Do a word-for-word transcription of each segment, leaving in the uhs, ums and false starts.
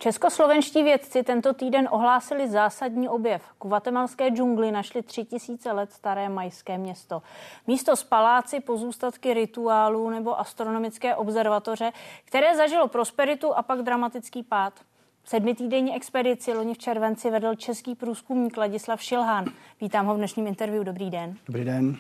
Českoslovenští vědci tento týden ohlásili zásadní objev. V guatemalské džungli našli tři tisíce let staré majské město. Místo s paláci, pozůstatky rituálů nebo astronomické observatoře, které zažilo prosperitu a pak dramatický pád. Sedmitýdenní expedici loni v červenci vedl český průzkumník Ladislav Šilhán. Vítám ho v dnešním interview. Dobrý den. Dobrý den.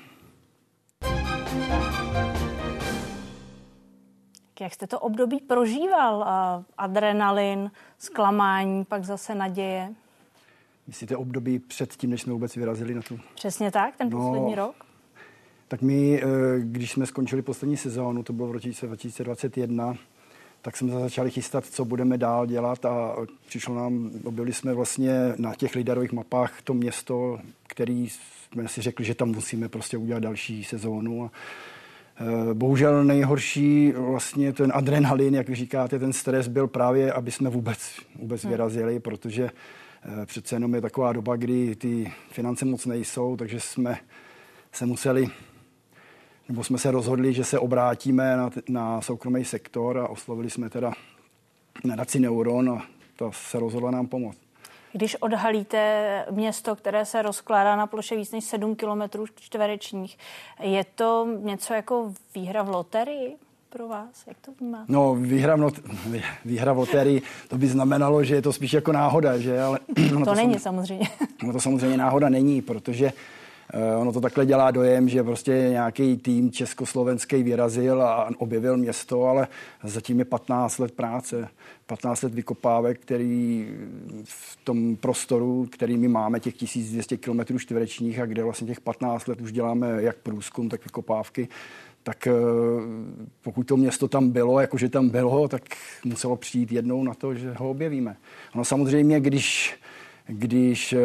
Jak jste to období prožíval? Adrenalin, zklamání, pak zase naděje? Myslíte období před tím, než jsme vůbec vyrazili na tu? Přesně tak, ten poslední no, rok? Tak my, když jsme skončili poslední sezónu, to bylo v roce dva tisíce dvacet jedna, tak jsme začali chystat, co budeme dál dělat a přišlo nám, objevili jsme vlastně na těch lidarových mapách to město, který jsme si řekli, že tam musíme prostě udělat další sezónu. A bohužel nejhorší vlastně ten adrenalin, jak vy říkáte, ten stres byl právě, aby jsme vůbec, vůbec hmm. vyrazili, protože přece jenom je taková doba, kdy ty finance moc nejsou, takže jsme se museli, nebo jsme se rozhodli, že se obrátíme na, na soukromý sektor a oslovili jsme teda nadaci Neuron a ta se rozhodla nám pomoct. Když odhalíte město, které se rozkládá na ploše víc než sedm kilometrů čtverečních, je to něco jako výhra v loterii pro vás? Jak to vnímáte? No, výhra v, not- výhra v loterii, to by znamenalo, že je to spíš jako náhoda, že? Ale to, to není sam- samozřejmě. No to samozřejmě náhoda není, protože uh, ono to takhle dělá dojem, že prostě nějaký tým československý vyrazil a objevil město, ale zatím je patnáct let práce. patnáct let vykopávek, který v tom prostoru, který my máme, těch tisíc dvě stě kilometrů čtverečních a kde vlastně těch patnáct let už děláme jak průzkum, tak vykopávky, tak pokud to město tam bylo, jakože tam bylo, tak muselo přijít jednou na to, že ho objevíme. No samozřejmě, když, když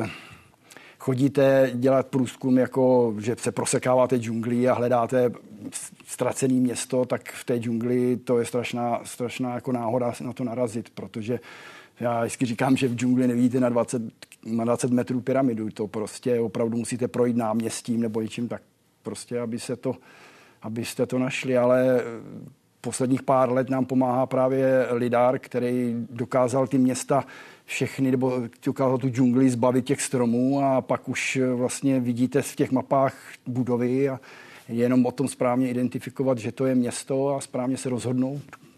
chodíte dělat průzkum, jako že se prosekáváte džunglí a hledáte ztracené město, tak v té džungli to je strašná, strašná jako náhoda na to narazit, protože já vždycky říkám, že v džungli nevidíte na dvacet, na dvacet metrů pyramidu. To prostě opravdu musíte projít náměstím nebo něčím tak prostě, aby se to, abyste to našli, ale posledních pár let nám pomáhá právě lidar, který dokázal ty města všechny, nebo dokázal tu džungli zbavit těch stromů a pak už vlastně vidíte v těch mapách budovy a jenom o tom správně identifikovat, že to je město a správně se rozhodnout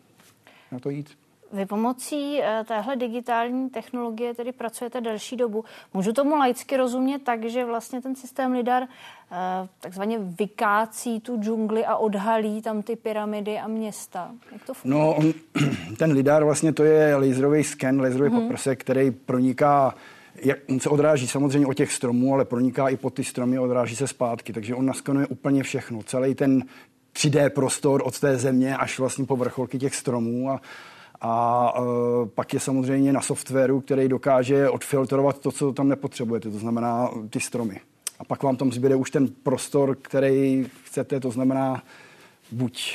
na to jít. Vy pomocí téhle digitální technologie tedy pracujete delší dobu. Můžu tomu laicky rozumět tak, že vlastně ten systém lidar takzvaně vykácí tu džungli a odhalí tam ty pyramidy a města? Jak to funguje? No, on, ten lidar vlastně to je laserový sken, laserový hmm. paprsek, který proniká, jak, on se odráží samozřejmě od těch stromů, ale proniká i pod ty stromy, odráží se zpátky, takže on naskenuje úplně všechno. Celý ten tři dé prostor od té země až vlastně po vrcholky těch stromů a A e, pak je samozřejmě na softwaru, který dokáže odfiltrovat to, co tam nepotřebujete, to znamená ty stromy. A pak vám tam zbyde už ten prostor, který chcete, to znamená buď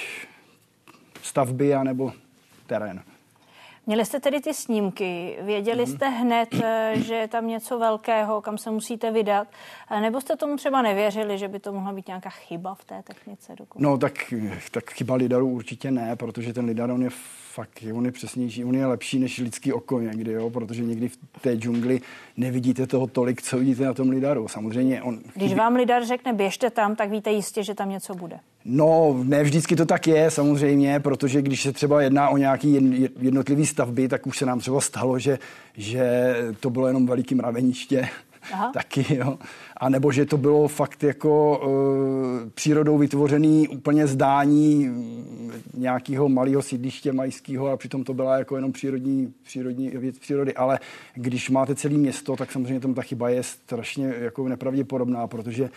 stavby, anebo terén. Měli jste tedy ty snímky, věděli mm-hmm. jste hned, že je tam něco velkého, kam se musíte vydat, nebo jste tomu třeba nevěřili, že by to mohla být nějaká chyba v té technice? Dokud? No tak, tak chyba lidaru určitě ne, protože ten lidar, on je fakt, on je přesnější, on je lepší než lidský oko někdy, jo, protože někdy v té džungli nevidíte toho tolik, co vidíte na tom lidaru. Samozřejmě on... Když vám lidar řekne běžte tam, tak víte jistě, že tam něco bude. No, ne vždycky to tak je, samozřejmě, protože když se třeba jedná o nějaký jednotlivý stavby, tak už se nám třeba stalo, že, že to bylo jenom veliký mraveniště. Aha. Taky, jo. A nebo že to bylo fakt jako e, přírodou vytvořený úplně zdání nějakého malého sídliště majského a přitom to byla jako jenom přírodní, přírodní věc přírody. Ale když máte celé město, tak samozřejmě tam ta chyba je strašně jako nepravděpodobná, protože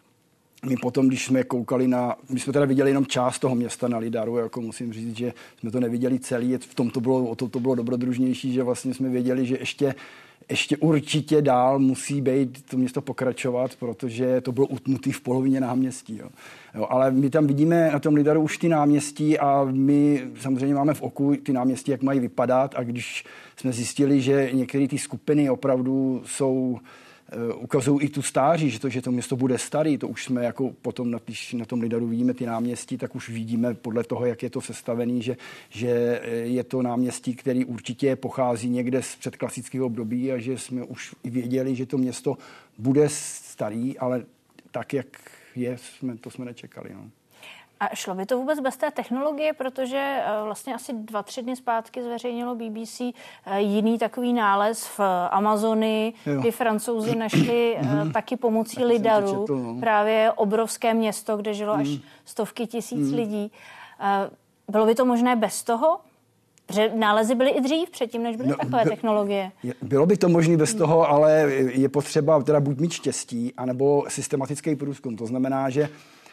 my potom, když jsme koukali na, my jsme teda viděli jenom část toho města na lidaru, jako musím říct, že jsme to neviděli celý, v tom to bylo, o to, to bylo dobrodružnější, že vlastně jsme věděli, že ještě Ještě určitě dál musí být to město pokračovat, protože to bylo utnutý v polovině náměstí. Jo. Jo, ale my tam vidíme na tom lidaru už ty náměstí a my samozřejmě máme v oku ty náměstí, jak mají vypadat a když jsme zjistili, že některé ty skupiny opravdu jsou ukazují i tu stáří, že to, že to město bude starý, to už jsme jako potom, na, když na tom Lidaru vidíme ty náměstí, tak už vidíme podle toho, jak je to sestavený, že, že je to náměstí, který určitě pochází někde z předklasického období a že jsme už věděli, že to město bude starý, ale tak, jak je, jsme, to jsme nečekali. No. A šlo by to vůbec bez té technologie, protože vlastně asi dva, tři dny zpátky zveřejnilo B B C jiný takový nález v Amazonii, jo. kdy Francouzi našli taky pomocí lidaru četl, no. právě obrovské město, kde žilo mm. až stovky tisíc mm. lidí. Bylo by to možné bez toho? Protože nálezy byly i dřív předtím, než byly no, takové by, technologie. Bylo by to možné bez toho, ale je potřeba teda buď mít štěstí, anebo systematický průzkum. To znamená, že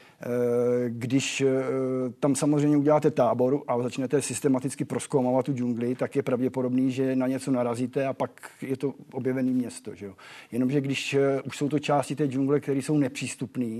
když tam samozřejmě uděláte tábor a začnete systematicky prozkoumávat tu džungli, tak je pravděpodobný, že na něco narazíte a pak je to objevené město. Že jo? Jenomže když už jsou to části té džungle, které jsou nepřístupné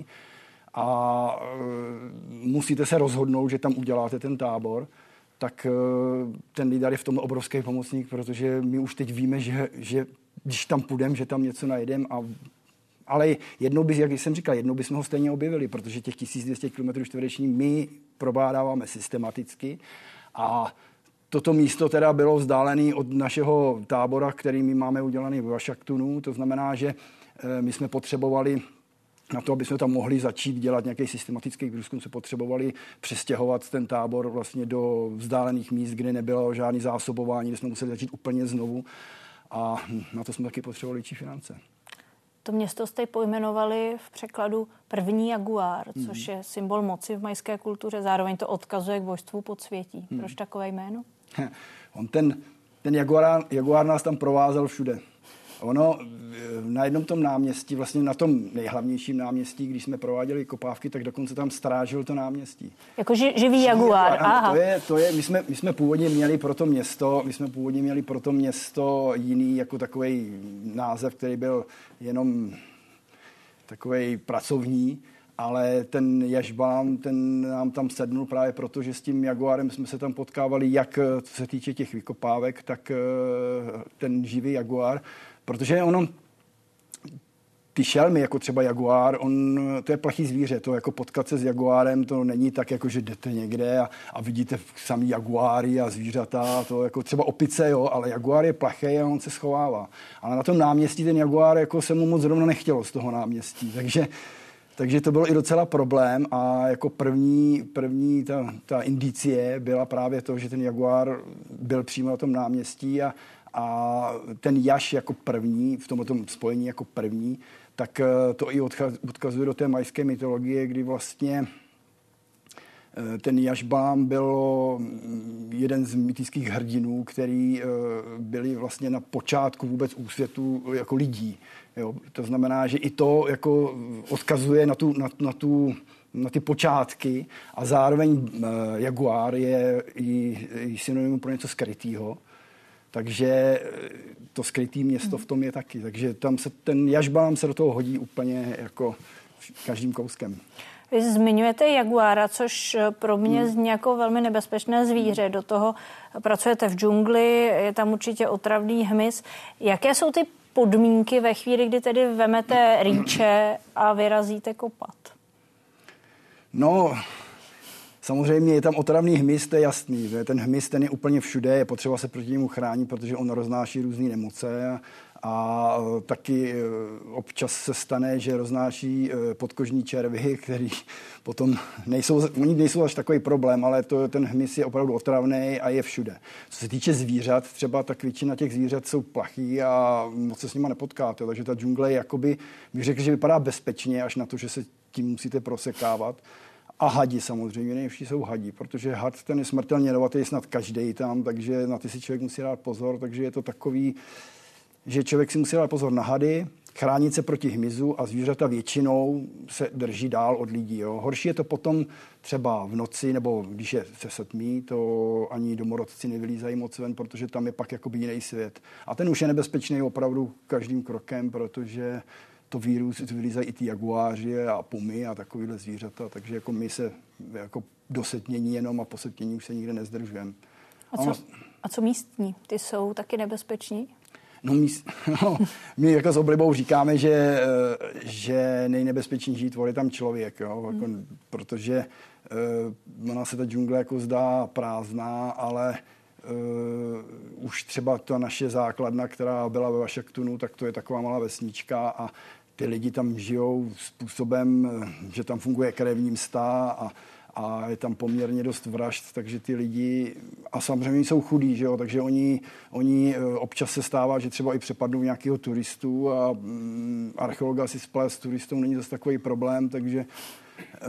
a musíte se rozhodnout, že tam uděláte ten tábor, tak ten Lidar je v tom obrovský pomocník, protože my už teď víme, že, že když tam půjdeme, že tam něco najdeme a ale jednou by, jak jsem říkal, jednou bychom ho stejně objevili, protože těch tisíc dvě stě kilometrů čtverečních my probádáváme systematicky a toto místo teda bylo vzdálené od našeho tábora, který my máme udělaný v Washingtonu. To znamená, že my jsme potřebovali na to, aby jsme tam mohli začít dělat nějaký systematický průzkum, se potřebovali přestěhovat ten tábor vlastně do vzdálených míst, kde nebylo žádný zásobování, kde jsme museli začít úplně znovu a na to jsme taky potřebovali větší finance. To město jste pojmenovali v překladu první jaguár, hmm. což je symbol moci v majské kultuře. Zároveň to odkazuje k božstvu podsvětí. Hmm. Proč takové jméno? On ten, ten jaguár, jaguár nás tam provázel všude. Ono na jednom tom náměstí, vlastně na tom nejhlavnějším náměstí, když jsme prováděli kopávky, tak dokonce tam strážil to náměstí. Jako ži, živý jaguár. Ano, to je, to je, my jsme, my jsme původně měli pro to město, my jsme původně měli pro to město jiný jako takovej název, který byl jenom takovej pracovní, ale ten Jažbám, ten nám tam sednul právě proto, že s tím jaguárem jsme se tam potkávali, jak co se týče těch vykopávek, tak ten živý jaguár. Protože ono, ty šelmy, jako třeba jaguár, on, to je plachý zvíře, to jako potkat se s jaguárem, to není tak, jako že jdete někde a, a vidíte samý jaguáry a zvířata, to jako třeba opice, jo, ale jaguár je plachý a on se schovává. Ale na tom náměstí ten jaguár jako se mu moc zrovna nechtělo z toho náměstí, takže Takže to bylo i docela problém a jako první, první ta, ta indicie byla právě to, že ten jaguár byl přímo na tom náměstí a, a ten jaš jako první, v tomto spojení jako první, tak to i odkazuje do té majské mytologie, kdy vlastně ten Jažbám byl jeden z mytických hrdinů, který byli vlastně na počátku vůbec úsvětu jako lidí. Jo, to znamená, že i to jako odkazuje na, tu, na, na, tu, na ty počátky a zároveň uh, jaguár je i, i synonymum pro něco skrytýho. Takže to skrytý město v tom je taky. Takže tam se ten Jažbám se do toho hodí úplně jako každým kouskem. Vy zmiňujete jaguára, což pro mě zní jako velmi nebezpečné zvíře. Do toho pracujete v džungli, je tam určitě otravný hmyz. Jaké jsou ty podmínky ve chvíli, kdy tedy vemete rýče a vyrazíte kopat? No, samozřejmě je tam otravný hmyz, to je jasný. Že? Ten hmyz, ten je úplně všude, je potřeba se proti němu chránit, protože on roznáší různé nemoce a, a taky občas se stane, že roznáší podkožní červy, který potom nejsou, oni nejsou až takový problém, ale to, ten hmyz je opravdu otravný a je všude. Co se týče zvířat, třeba tak většina těch zvířat jsou plachý a moc se s nima nepotkáte, takže ta džungle je jakoby, bych řekl, že vypadá bezpečně, až na to, že se tím musíte prosekávat. A hadi samozřejmě, nejvší jsou hadi, protože had ten je smrtelně jedovatý snad každej tam, takže na ty si člověk musí dát pozor, takže je to takový, že člověk si musí dát pozor na hady, chránit se proti hmyzu a zvířata většinou se drží dál od lidí. Jo. Horší je to potom třeba v noci, nebo když je se setmí, to ani domorodci nevylízají moc ven, protože tam je pak jakoby jiný svět. A ten už je nebezpečný opravdu každým krokem, protože to vírus vylízají i ty jaguáři a pumy a takovýhle zvířata, takže jako my se jako do setmění jenom a po setmění už se nikde nezdržujeme. A co, a co místní? Ty jsou taky nebezpeční? No my, no, my jako s oblibou říkáme, že, že nejnebezpečnější život je tam člověk, jo, jako, mm. protože uh, ona se ta džungle jako zdá prázdná, ale uh, už třeba ta naše základna, která byla ve Washingtonu, tak to je taková malá vesnička a ty lidi tam žijou způsobem, že tam funguje krevní msta a a je tam poměrně dost vražd, takže ty lidi, a samozřejmě jsou chudí, že jo, takže oni, oni občas se stává, že třeba i přepadnou nějakého turistu a mm, archeologa si splést s turistou není zase takový problém, takže uh,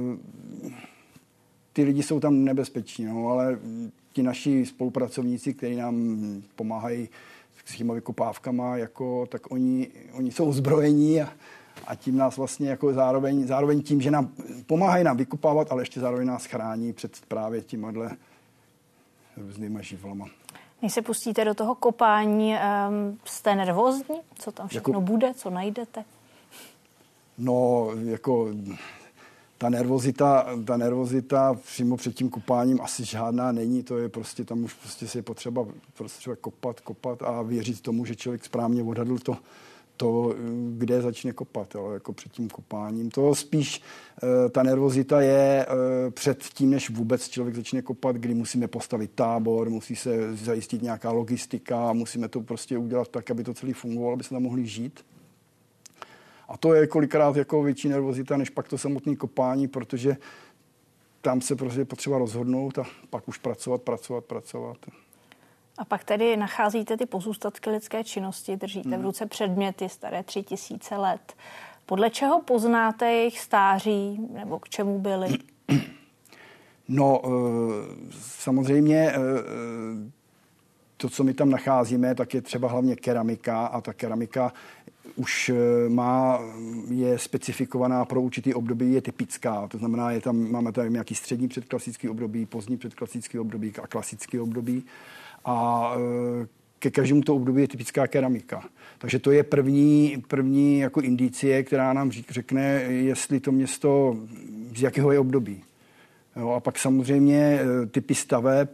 ty lidi jsou tam nebezpeční, no, ale ti naši spolupracovníci, kteří nám pomáhají s těma vykopávkama, jako, tak oni, oni jsou ozbrojení a A tím nás vlastně jako zároveň, zároveň tím, že nám pomáhají nám vykopávat, ale ještě zároveň nás chrání před právě tímhle různýma živlama. Než se pustíte do toho kopání, um, jste nervózní? Co tam všechno jako, bude, co najdete? No, jako ta nervozita, ta nervozita přímo před tím kopáním asi žádná není, to je prostě, tam už prostě si je potřeba prostě kopat, kopat a věřit tomu, že člověk správně odhadl to, to, kde začne kopat, ale jako před tím kopáním. To spíš e, ta nervozita je e, před tím, než vůbec člověk začne kopat, kdy musíme postavit tábor, musí se zajistit nějaká logistika, musíme to prostě udělat tak, aby to celé fungovalo, aby se tam mohli žít. A to je kolikrát jako větší nervozita, než pak to samotné kopání, protože tam se prostě potřeba rozhodnout a pak už pracovat, pracovat, pracovat. A pak tedy nacházíte ty pozůstatky lidské činnosti, držíte hmm. v ruce předměty staré tři tisíce let. Podle čeho poznáte jejich stáří nebo k čemu byly? No, samozřejmě to, co my tam nacházíme, tak je třeba hlavně keramika a ta keramika už má, je specifikovaná pro určitý období, je typická. To znamená, je tam, máme tam nějaký střední předklasický období, pozdní předklasický období a klasický období. A ke každému to období je typická keramika. Takže to je první, první jako indicie, která nám řekne, jestli to město z jakého je období. Jo, a pak samozřejmě typy staveb,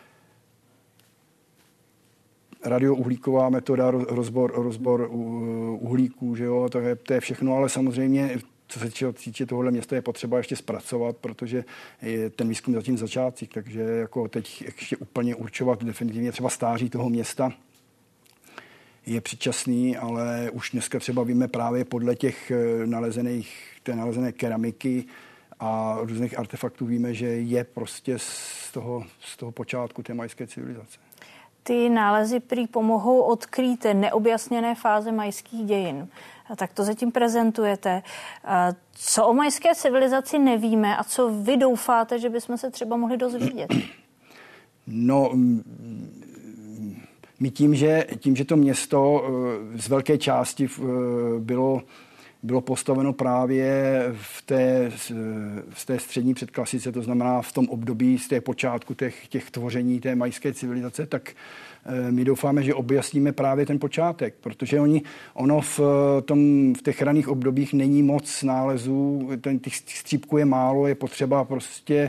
radiouhlíková metoda, rozbor, rozbor uhlíků, že jo, to je, to je všechno, ale samozřejmě co se týče tohohle města, je potřeba ještě zpracovat, protože je ten výzkum zatím v začátcích, takže jako teď ještě úplně určovat definitivně třeba stáří toho města je předčasný, ale už dneska třeba víme právě podle těch nalezených, té nalezené keramiky a různých artefaktů víme, že je prostě z toho, z toho počátku té majské civilizace. Ty nálezy prý pomohou odkrýt neobjasněné fáze majských dějin. A tak to zatím prezentujete. Co o majské civilizaci nevíme a co vy doufáte, že bychom se třeba mohli dozvědět? No, my tím, že, tím, že to město z velké části bylo, bylo postaveno právě v té, v té střední předklasice, to znamená v tom období z té počátku těch, těch tvoření té majské civilizace, tak my doufáme, že objasníme právě ten počátek, protože oni, ono v, tom, v těch raných obdobích není moc nálezů, ten, těch střípků je málo, je potřeba prostě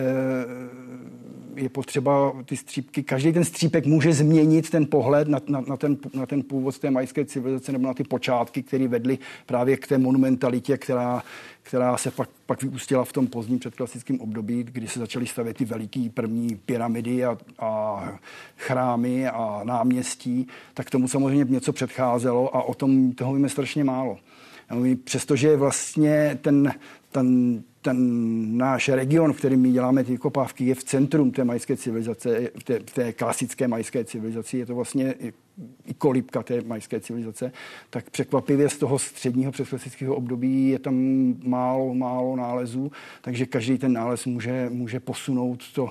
je potřeba ty střípky, každý ten střípek může změnit ten pohled na, na, na, ten, na ten původ té majské civilizace nebo na ty počátky, které vedly právě k té monumentalitě, která, která se pak, pak vyústila v tom pozdním předklasickém období, kdy se začaly stavět ty veliký první pyramidy a, a chrámy a náměstí, tak tomu samozřejmě něco předcházelo a o tom toho víme strašně málo. Přestože vlastně ten, ten, ten náš region, v kterém my děláme ty kopávky, je v centrum té majské civilizace, v té, v té klasické majské civilizaci, je to vlastně i kolébka té majské civilizace, tak překvapivě z toho středního předklasického období je tam málo, málo nálezů, takže každý ten nález může, může posunout to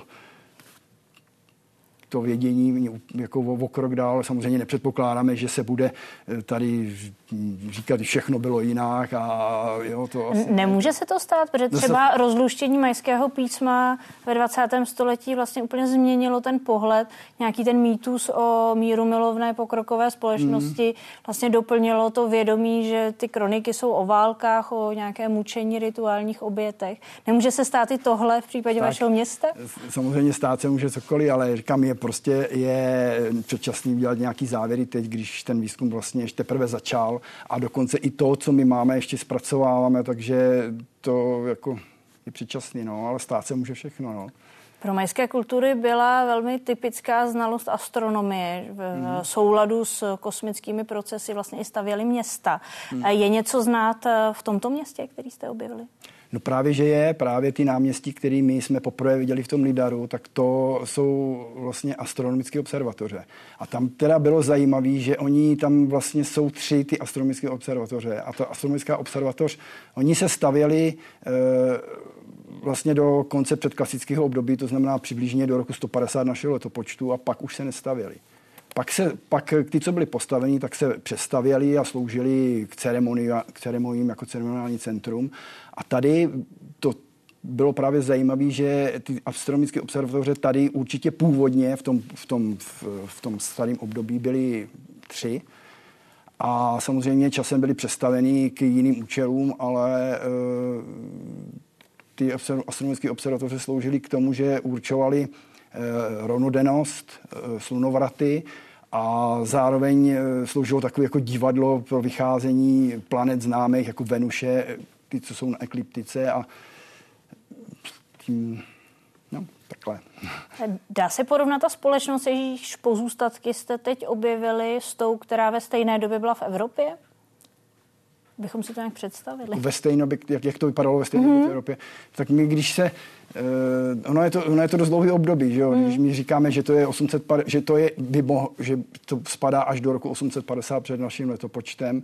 to vědění jako o, o krok dál. Samozřejmě nepředpokládáme, že se bude tady říkat, že všechno bylo jinak. A, jo, to asi Nemůže se to stát, protože třeba se... rozluštění majského písma ve dvacátém století vlastně úplně změnilo ten pohled. Nějaký ten mýtus o míru milovné pokrokové společnosti mm. vlastně doplnilo to vědomí, že ty kroniky jsou o válkách, o nějaké mučení, rituálních obětech. Nemůže se stát i tohle v případě tak, vašeho města? Samozřejmě stát se může cokoliv, ale říkám, je prostě je předčasný dělat nějaký závěry teď, když ten výzkum vlastně ještě teprve začal a dokonce i to, co my máme, ještě zpracováváme, takže to jako je předčasný, no, ale stát se může všechno, no. Pro majské kultury byla velmi typická znalost astronomie. V hmm. souladu s kosmickými procesy vlastně i stavěly města. Hmm. Je něco znát v tomto městě, který jste objevili? No právě, že je. Právě ty náměstí, které my jsme poprvé viděli v tom Lidaru, tak to jsou vlastně astronomické observatoře. A tam teda bylo zajímavé, že oni tam vlastně jsou tři ty astronomické observatoře. A ta astronomická observatoř, oni se stavěli e, vlastně do konce předklasického období, to znamená přibližně do roku sto padesát našeho letopočtu a pak už se nestavěli. Pak, se, pak ty, co byli postaveni, tak se přestavěli a sloužili k, ceremonii, k ceremoniím jako ceremoniální centrum. A tady to bylo právě zajímavé, že ty astronomické observatoře tady určitě původně v tom, v tom, v, v tom starém období byly tři. A samozřejmě časem byly přestaveny k jiným účelům, ale e, ty astronomické observatoře sloužily k tomu, že určovali e, rovnodennost, e, slunovraty a zároveň e, sloužilo takové jako divadlo pro vycházení planet známých jako Venuše, ty, co jsou na ekliptice a tím, no, takhle. Dá se porovnat ta společnost, jejíž pozůstatky jste teď objevili s tou, která ve stejné době byla v Evropě? Bychom si to nějak představili. Ve stejné době, jak, jak to vypadalo ve stejné době mm-hmm. v Evropě. Tak my, když se, uh, ono, je to, ono je to dost dlouhý období, že jo? Mm. Když my říkáme, že to je osm set padesát, že to je, by mohl, že to spadá až do roku osm set padesát před naším letopočtem,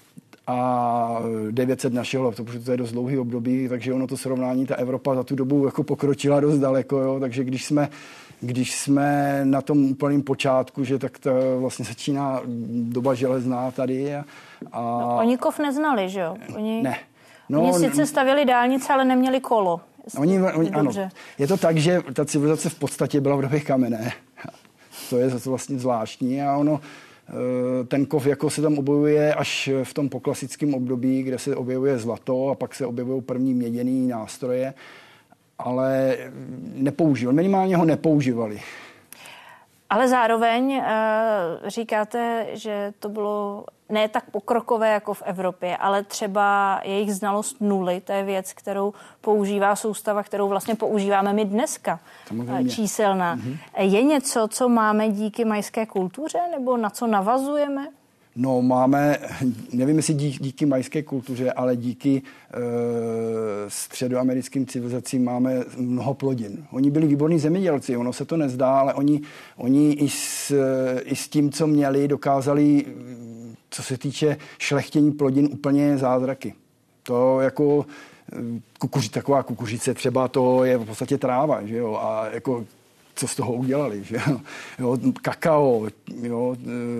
a devět set našeho, protože to je dost dlouhý období, takže ono to srovnání, ta Evropa za tu dobu jako pokročila dost daleko, jo? Takže když jsme, když jsme na tom úplném počátku, že tak to vlastně začíná doba železná tady. A, a... No, oni kov neznali, že jo? Oni, ne. No, oni sice stavěli dálnice, ale neměli kolo. Oni, oni, ano. Je to tak, že ta civilizace v podstatě byla v době kamenné. To je vlastně zvláštní a ono ten kov jako se tam objevuje až v tom poklasickém období, kde se objevuje zlato a pak se objevují první měděný nástroje, ale nepoužívali, minimálně ho nepoužívali. Ale zároveň uh, říkáte, že to bylo ne tak pokrokové jako v Evropě, ale třeba jejich znalost nuly, to je věc, kterou používá soustava, kterou vlastně používáme my dneska, Samozřejmě. číselná. Mm-hmm. Je něco, co máme díky majské kultuře, nebo na co navazujeme? No máme, nevím, jestli díky, díky majské kultuře, ale díky e, středoamerickým civilizacím máme mnoho plodin. Oni byli výborní zemědělci, ono se to nezdá, ale oni, oni i, s, i s tím, co měli, dokázali, co se týče šlechtění plodin, úplně zázraky. To jako kukuři, taková kukuřice třeba, to je v podstatě tráva, že jo, a jako co z toho udělali, že jo, jo kakao, jo,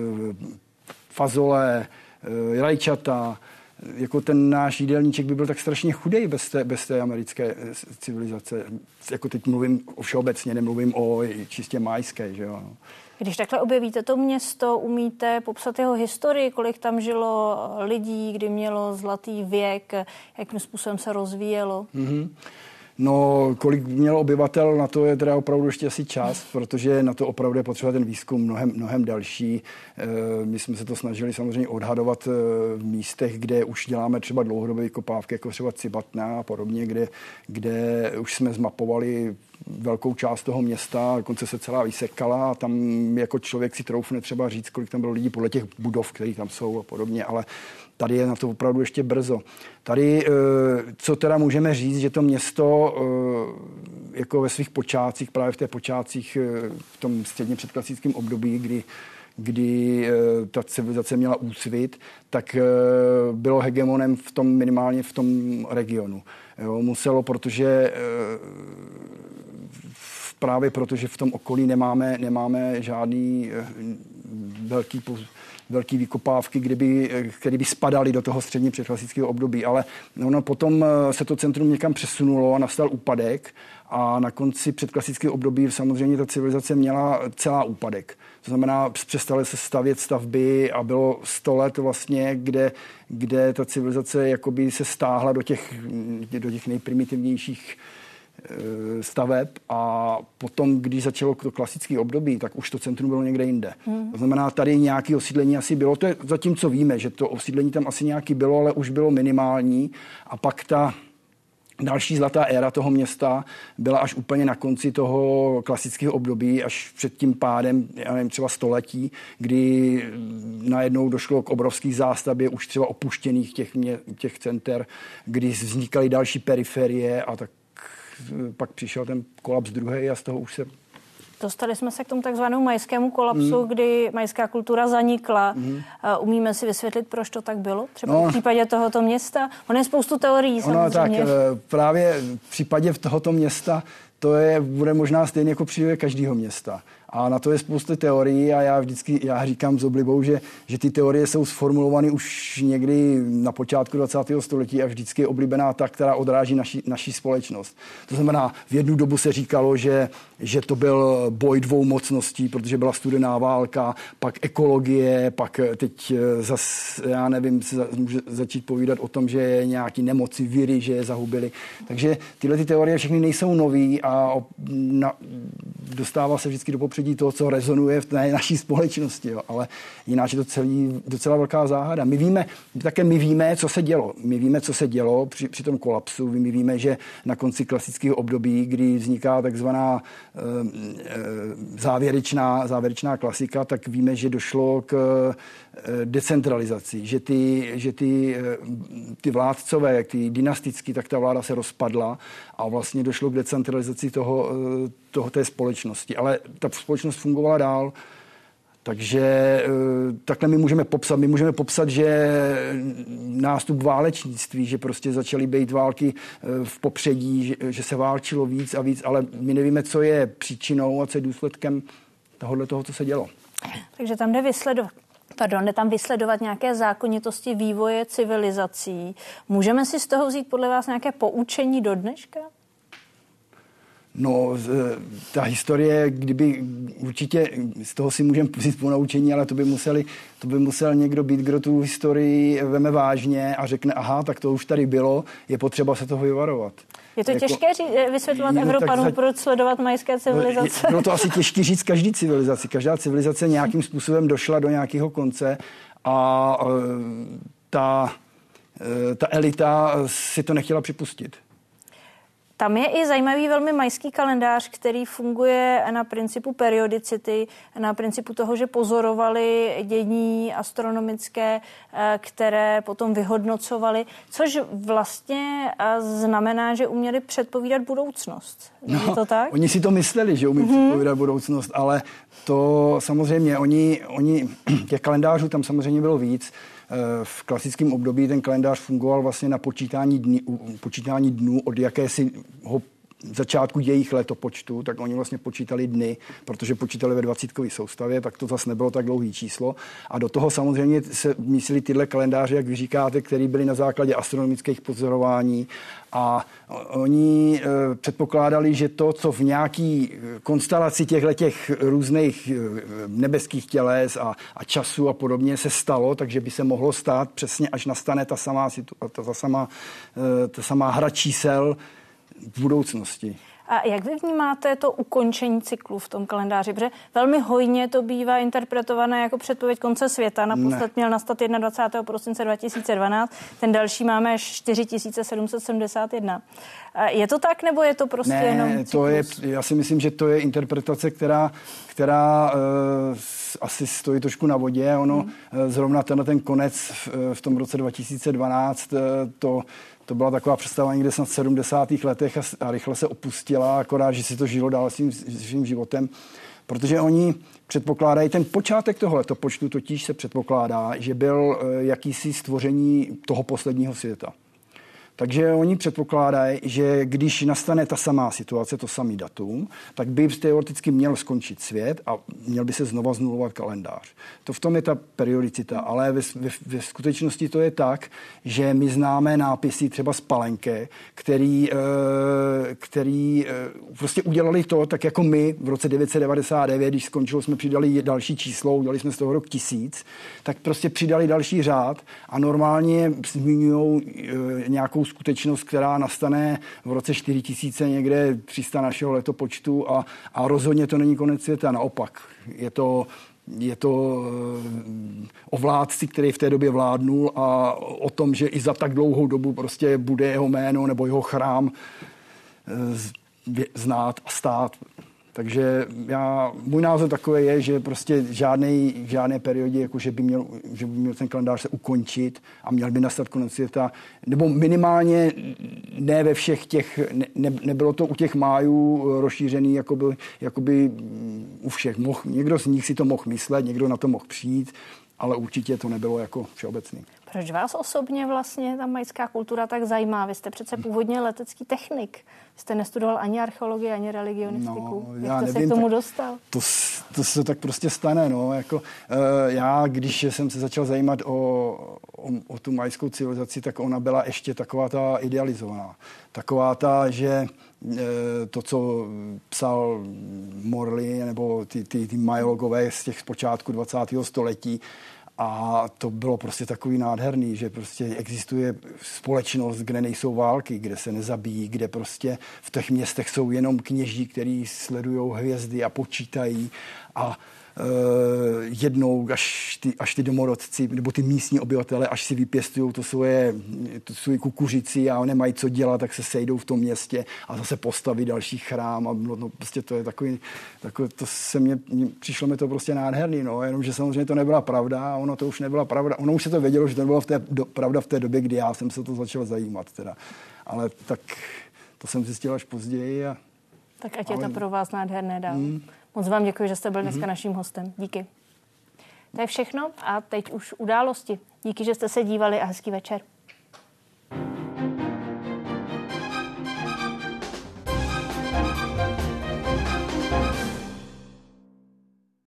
fazole, rajčata, jako ten náš jídelníček by byl tak strašně chudej bez té, bez té americké civilizace. Jako teď mluvím o všeobecně, nemluvím o čistě majské, že jo. Když takhle objevíte to město, umíte popsat jeho historii, kolik tam žilo lidí, kdy mělo zlatý věk, jakým způsobem se rozvíjelo? Mm-hmm. No, kolik mělo obyvatel, na to je teda opravdu ještě asi čas, protože na to opravdu je potřeba ten výzkum mnohem, mnohem další. My jsme se to snažili samozřejmě odhadovat v místech, kde už děláme třeba dlouhodobé vykopávky, jako třeba Cibatna a podobně, kde, kde už jsme zmapovali velkou část toho města, dokonce se celá vysekala a tam jako člověk si troufne třeba říct, kolik tam bylo lidí podle těch budov, které tam jsou a podobně, ale tady je na to opravdu ještě brzo. Tady, co teda můžeme říct, že to město jako ve svých počátcích, právě v té počátcích v tom středně předklasickém období, kdy, kdy ta civilizace měla úcvit, tak bylo hegemonem v tom, minimálně v tom regionu. Jo, muselo, protože právě protože v tom okolí nemáme, nemáme žádný velký velký vykopávky, kdyby, které by spadaly do toho středně předklasického období. Ale ono potom se to centrum někam přesunulo a nastal úpadek a na konci předklasického období samozřejmě ta civilizace měla celá úpadek. To znamená, přestaly se stavět stavby a bylo sto let vlastně, kde, kde ta civilizace jakoby se stáhla do těch, do těch nejprimitivnějších staveb a potom, když začalo to klasické období, tak už to centrum bylo někde jinde. Hmm. To znamená, tady nějaké osídlení asi bylo. To je zatím, co víme, že to osídlení tam asi nějaký bylo, ale už bylo minimální. A pak ta další zlatá éra toho města byla až úplně na konci toho klasického období, až před tím pádem, já nevím, třeba století, kdy najednou došlo k obrovský zástavbě už třeba opuštěných těch, mě, těch center, kdy vznikaly další periferie a tak pak přišel ten kolaps druhý a z toho už se... Dostali jsme se k tomu takzvanému majskému kolapsu, mm. kdy majská kultura zanikla. Mm. Umíme si vysvětlit, proč to tak bylo? Třeba no. v případě tohoto města? Ono je spoustu teorií samozřejmě. No tak právě v případě tohoto města to je, bude možná stejně jako příběh každého města. A na to je spousta teorií a já vždycky já říkám s oblibou, že, že ty teorie jsou sformulovány už někdy na počátku dvacátého století a vždycky je oblíbená ta, která odráží naši, naši společnost. To znamená, v jednu dobu se říkalo, že, že to byl boj dvou mocností, protože byla studená válka, pak ekologie, pak teď zas, já nevím, se může začít povídat o tom, že je nějaký nemoci, viry, že je zahubili. Takže tyhle ty teorie všechny nejsou nový a na, dostává se vždycky do popředí toho, co rezonuje v té naší společnosti, jo. Ale jinak je to celý, docela velká záhada. My víme, také my víme, co se dělo. My víme, co se dělo při, při tom kolapsu. My víme, že na konci klasického období, kdy vzniká takzvaná e, e, závěrečná, závěrečná klasika, tak víme, že došlo k e, decentralizaci, že ty, že ty, e, ty vládcové, ty dynastický, tak ta vláda se rozpadla a vlastně došlo k decentralizaci toho, e, toho té společnosti. Ale ta společnost fungovala dál, takže takhle my můžeme popsat. My můžeme popsat, že nástup válečnictví, že prostě začaly být války v popředí, že, že se válčilo víc a víc, ale my nevíme, co je příčinou a co je důsledkem tohohle toho, co se dělo. Takže tam jde vysledovat. Pardon, jde tam vysledovat nějaké zákonitosti vývoje civilizací. Můžeme si z toho vzít podle vás nějaké poučení do dneška? No, ta historie, kdyby určitě z toho si můžeme vzít ponaučení, ale to by, museli, to by musel někdo být, kdo tu historii veme vážně a řekne, aha, tak to už tady bylo, je potřeba se toho vyvarovat. Je to jako, těžké ří, vysvětlovat no, Evropanům, za... proč sledovat majské civilizace? Bylo to asi těžké říct každý civilizaci. Každá civilizace nějakým způsobem došla do nějakého konce a ta, ta elita si to nechtěla připustit. Tam je i zajímavý velmi majský kalendář, který funguje na principu periodicity, na principu toho, že pozorovali dění astronomické, které potom vyhodnocovali, což vlastně znamená, že uměli předpovídat budoucnost. No, je to tak? Oni si to mysleli, že umí mm-hmm. předpovídat budoucnost, ale to samozřejmě, oni, oni, těch kalendářů tam samozřejmě bylo víc. V klasickém období ten kalendář fungoval vlastně na počítání dní, počítání dnů od jakési ho začátku jejich letopočtu, tak oni vlastně počítali dny, protože počítali ve dvacítkové soustavě, tak to zase nebylo tak dlouhý číslo. A do toho samozřejmě se mysleli tyhle kalendáře, jak vy říkáte, které byly na základě astronomických pozorování. A oni e, předpokládali, že to, co v nějaký konstelaci těchto různých nebeských těles a, a času a podobně se stalo, takže by se mohlo stát přesně, až nastane ta samá, ta, ta samá, e, ta samá hra čísel v budoucnosti. A jak vy vnímáte to ukončení cyklu v tom kalendáři? Protože velmi hojně to bývá interpretované jako předpověď konce světa. Naposled měl nastat dvacátého prvního prosince dva tisíce dvanáct, ten další máme až čtyři tisíce sedm set sedmdesát jedna. Je to tak, nebo je to prostě ne, jenom cyklus? To je, já si myslím, že to je interpretace, která, která uh, asi stojí trošku na vodě. Ono hmm. zrovna tenhle ten konec v, v tom roce dva tisíce dvanáct, to To byla taková představa někde snad v sedmdesátých letech a, a rychle se opustila, akorát, že si to žilo dál svým, svým životem. Protože oni předpokládají, ten počátek tohoto počtu totiž se předpokládá, že byl jakýsi stvoření toho posledního světa. Takže oni předpokládají, že když nastane ta samá situace, to samý datum, tak by teoreticky měl skončit svět a měl by se znova znulovat kalendář. To v tom je ta periodicita, ale ve, ve, ve skutečnosti to je tak, že my známe nápisy třeba z Palenky, který, který prostě udělali to, tak jako my v roce devět set devadesát devět, když skončilo, jsme přidali další číslo, udělali jsme z toho rok tisíc, tak prostě přidali další řád a normálně zmiňují nějakou skutečnost, která nastane v roce čtyři tisíce někde tři sta našeho letopočtu a, a rozhodně to není konec světa, naopak. Je to Je to o vládci, který v té době vládnul a o tom, že i za tak dlouhou dobu prostě bude jeho jméno nebo jeho chrám znát a stát. Takže já, můj názor takový je, že prostě žádnej, v žádné periodě, jako že, by měl, že by měl ten kalendář se ukončit a měl by nastat konec světa, nebo minimálně ne ve všech těch, ne, ne, nebylo to u těch májů rozšířený jakoby, jakoby u všech. Moh, někdo z nich si to mohl myslet, někdo na to mohl přijít, ale určitě to nebylo jako všeobecný. Proč vás osobně vlastně ta majská kultura tak zajímá? Vy jste přece původně letecký technik. Vy jste nestudoval ani archeologii, ani religionistiku. No, jak jste se k tomu dostal? To, to se tak prostě stane. No. Jako, uh, já, když jsem se začal zajímat o, o, o tu majskou civilizaci, tak ona byla ještě taková ta idealizovaná. Taková ta, že uh, to, co psal Morley nebo ty, ty, ty majologové z těch počátku dvacátého století, a to bylo prostě takový nádherný, že prostě existuje společnost, kde nejsou války, kde se nezabíjí, kde prostě v těch městech jsou jenom kněží, kteří sledují hvězdy a počítají a e, jednou, až ty, až ty domorodci nebo ty místní obyvatele, až si vypěstují to svoje, to svoje kukuřici a nemají co dělat, tak se sejdou v tom městě a zase postaví další chrám a no, no, prostě to je takový, takový to se mně, přišlo mi to prostě nádherný, no, jenomže samozřejmě to nebyla pravda a ono to už nebyla pravda, ono už se to vědělo, že to nebyla v té, do, pravda v té době, kdy já jsem se to začal zajímat teda, ale tak to jsem zjistil až později a tak ať je to pro vás nádherné dál. Mm. Moc vám děkuji, že jste byl dneska mm-hmm. naším hostem. Díky. To je všechno a teď už události. Díky, že jste se dívali a hezký večer.